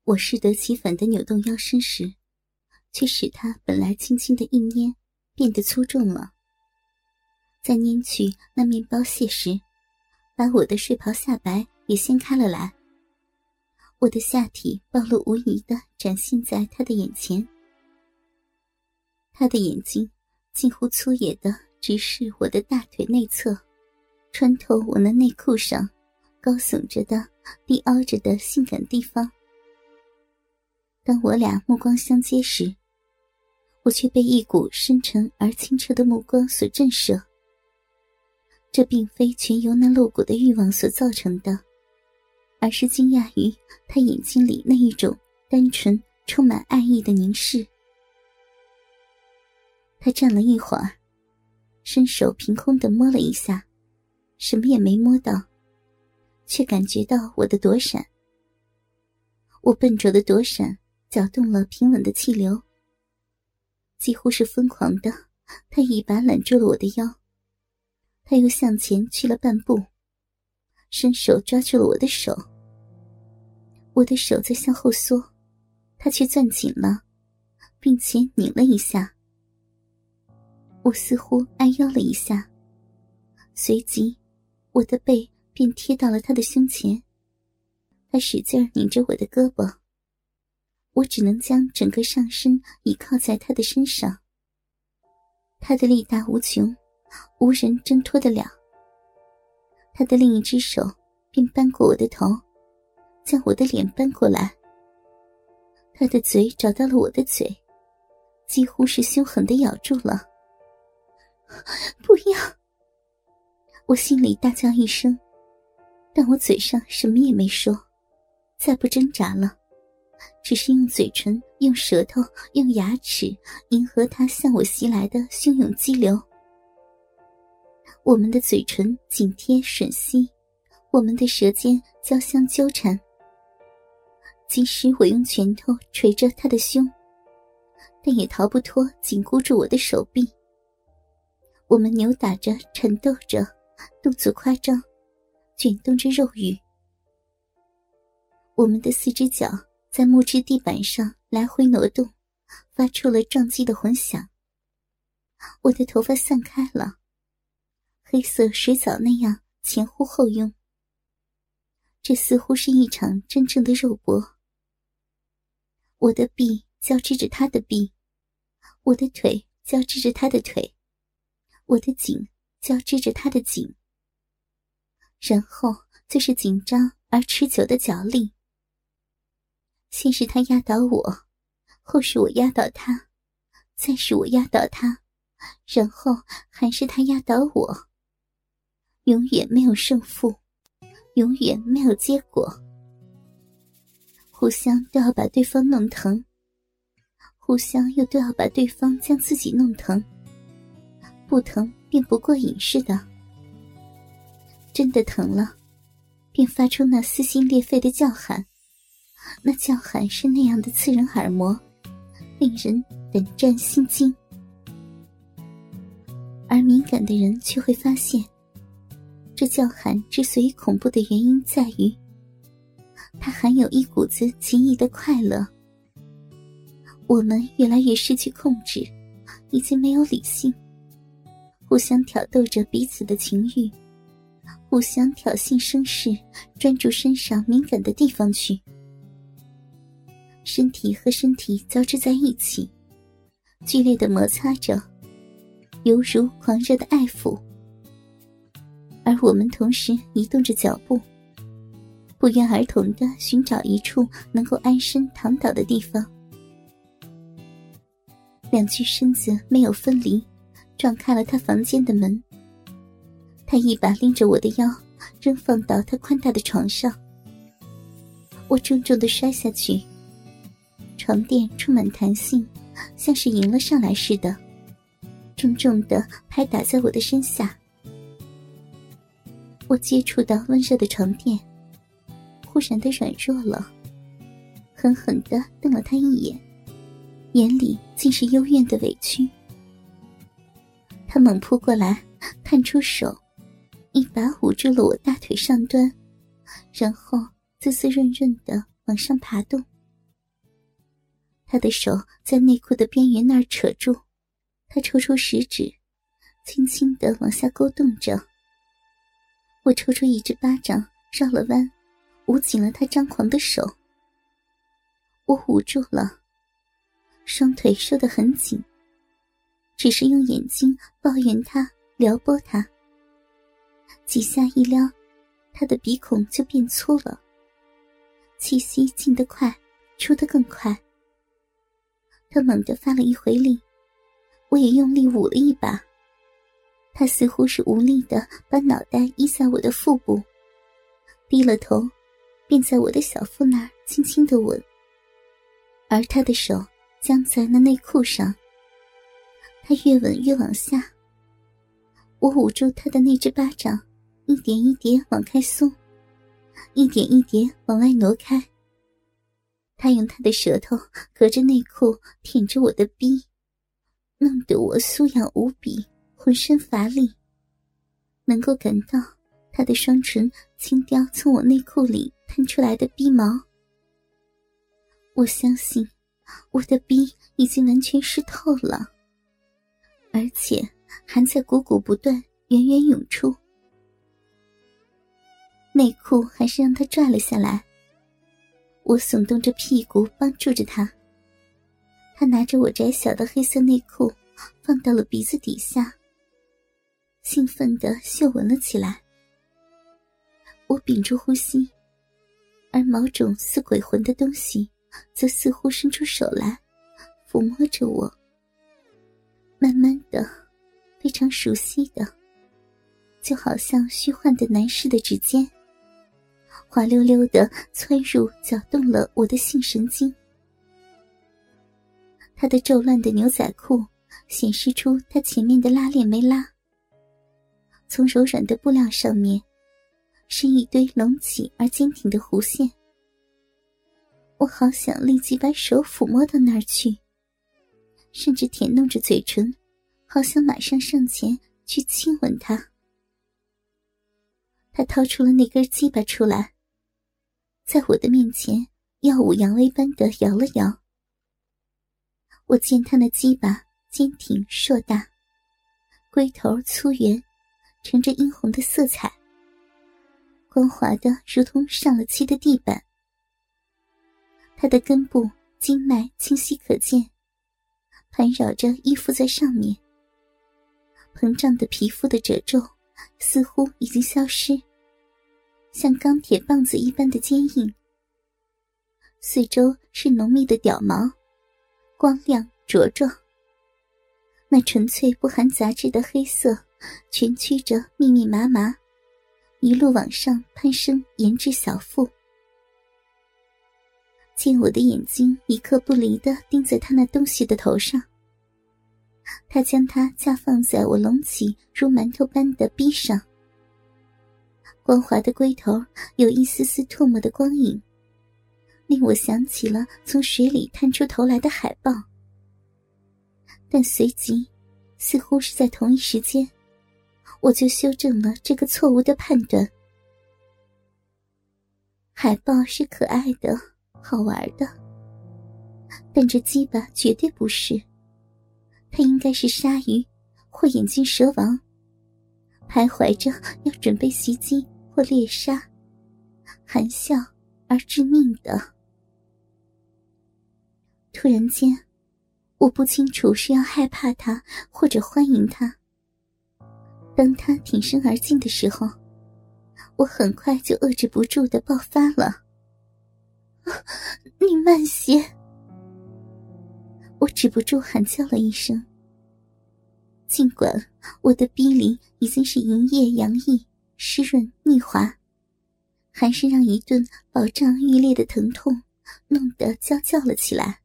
我适得其反地扭动腰身时，却使他本来轻轻的一捏变得粗重了。在拈取那面包屑时，把我的睡袍下摆也掀开了来。我的下体暴露无遗地展现在他的眼前。他的眼睛近乎粗野地直视我的大腿内侧，穿透我那内裤上高耸着的低凹着的性感地方。当我俩目光相接时，我却被一股深沉而清澈的目光所震慑。这并非全由那露骨的欲望所造成的，而是惊讶于他眼睛里那一种单纯充满爱意的凝视。他站了一会儿，伸手凭空地摸了一下，什么也没摸到，却感觉到我的躲闪。我笨拙的躲闪搅动了平稳的气流，几乎是疯狂的，他一把揽住了我的腰。他又向前去了半步，伸手抓住了我的手。我的手在向后缩，他却攥紧了，并且拧了一下。我似乎挨腰了一下，随即我的背便贴到了他的胸前。他使劲拧着我的胳膊，我只能将整个上身倚靠在他的身上。他的力大无穷，无人挣脱得了。他的另一只手便扳过我的头，将我的脸扳过来。他的嘴找到了我的嘴，几乎是凶狠地咬住了。不要！我心里大叫一声，但我嘴上什么也没说，再不挣扎了，只是用嘴唇、用舌头、用牙齿迎合他向我袭来的汹涌激流。我们的嘴唇紧贴吮吸，我们的舌尖交相纠缠。即使我用拳头捶着他的胸，但也逃不脱紧箍住我的手臂。我们扭打着，缠斗着，动作夸张，卷动着肉欲。我们的四只脚在木质地板上来回挪动，发出了撞击的混响。我的头发散开了，黑色水藻那样前呼后拥。这似乎是一场真正的肉搏。我的臂交织着他的臂，我的腿交织着他的腿，我的颈交织着他的颈。然后就是紧张而持久的角力。先是他压倒我，后是我压倒他，再是我压倒他，然后还是他压倒我。永远没有胜负，永远没有结果。互相都要把对方弄疼，互相又都要把对方将自己弄疼，不疼便不过瘾似的。真的疼了，便发出那撕心裂肺的叫喊，那叫喊是那样的刺人耳膜，令人胆战心惊。而敏感的人却会发现，这叫喊之所以恐怖的原因在于，它含有一股子奇异的快乐。我们越来越失去控制，已经没有理性，互相挑逗着彼此的情欲，互相挑衅生事，专注身上敏感的地方去。身体和身体交织在一起，剧烈地摩擦着，犹如狂热的爱抚。而我们同时移动着脚步，不约而同地寻找一处能够安身躺倒的地方。两具身子没有分离，撞开了他房间的门。他一把拎着我的腰，扔放到他宽大的床上。我重重地摔下去，床垫充满弹性，像是迎了上来似的，重重地拍打在我的身下。我接触到温热的床垫，忽然的软弱了，狠狠地瞪了他一眼，眼里尽是幽怨的委屈。他猛扑过来，探出手，一把捂住了我大腿上端，然后滋滋润润地往上爬动。 他的手在内裤的边缘那儿扯住，他抽出食指，轻轻地往下勾动着。我抽出一只巴掌，绕了弯，捂紧了他张狂的手。我捂住了，双腿收得很紧，只是用眼睛抱怨他，撩拨他。几下一撩，他的鼻孔就变粗了，气息进得快，出得更快。他猛地发了一回力，我也用力捂了一把。他似乎是无力地把脑袋依在我的腹部，低了头，便在我的小腹那儿轻轻地吻。而他的手僵在那内裤上，他越吻越往下。我捂住他的那只巴掌，一点一点往开松，一点一点往外挪开。他用他的舌头隔着内裤舔着我的逼，弄得我酥痒无比，浑身乏力，能够感到他的双唇轻叼从我内裤里探出来的逼毛。我相信我的逼已经完全湿透了，而且还在汩汩不断，源源涌出。内裤还是让他拽了下来，我耸动着屁股帮助着他。他拿着我窄小的黑色内裤放到了鼻子底下，兴奋地嗅闻了起来。我屏住呼吸，而某种似鬼魂的东西则似乎伸出手来抚摸着我，慢慢的，非常熟悉的，就好像虚幻的男士的指尖，滑溜溜地窜入搅动了我的性神经。他的皱乱的牛仔裤显示出他前面的拉链没拉，从柔软的布料上面是一堆隆起而坚挺的弧线。我好想立即把手抚摸到那儿去，甚至舔弄着嘴唇，好想马上上前去亲吻他。他掏出了那根鸡巴出来，在我的面前耀武扬威般地摇了摇。我见他那鸡巴坚挺硕大，龟头粗圆，呈着殷红的色彩，光滑的如同上了漆的地板。他的根部经脉清晰可见，盘绕着依附在上面。膨胀的皮肤的褶皱似乎已经消失，像钢铁棒子一般的坚硬。四周是浓密的屌毛，光亮茁壮。那纯粹不含杂质的黑色蜷曲着密密麻麻，一路往上攀升，延至小腹。见我的眼睛一刻不离地盯在他那东西的头上，他将它架放在我隆起如馒头般的臂上。光滑的龟头有一丝丝唾沫的光影，令我想起了从水里探出头来的海豹。但随即，似乎是在同一时间，我就修正了这个错误的判断。海豹是可爱的，好玩的，但这鸡巴绝对不是。它应该是鲨鱼或眼镜蛇王，徘徊着要准备袭击或猎杀，含笑而致命的。突然间，我不清楚是要害怕它或者欢迎它。当它挺身而进的时候，我很快就遏制不住地爆发了。你慢些！我止不住喊叫了一声。尽管我的逼里已经是银液洋溢，湿润腻滑，还是让一顿饱胀欲裂的疼痛弄得娇叫了起来。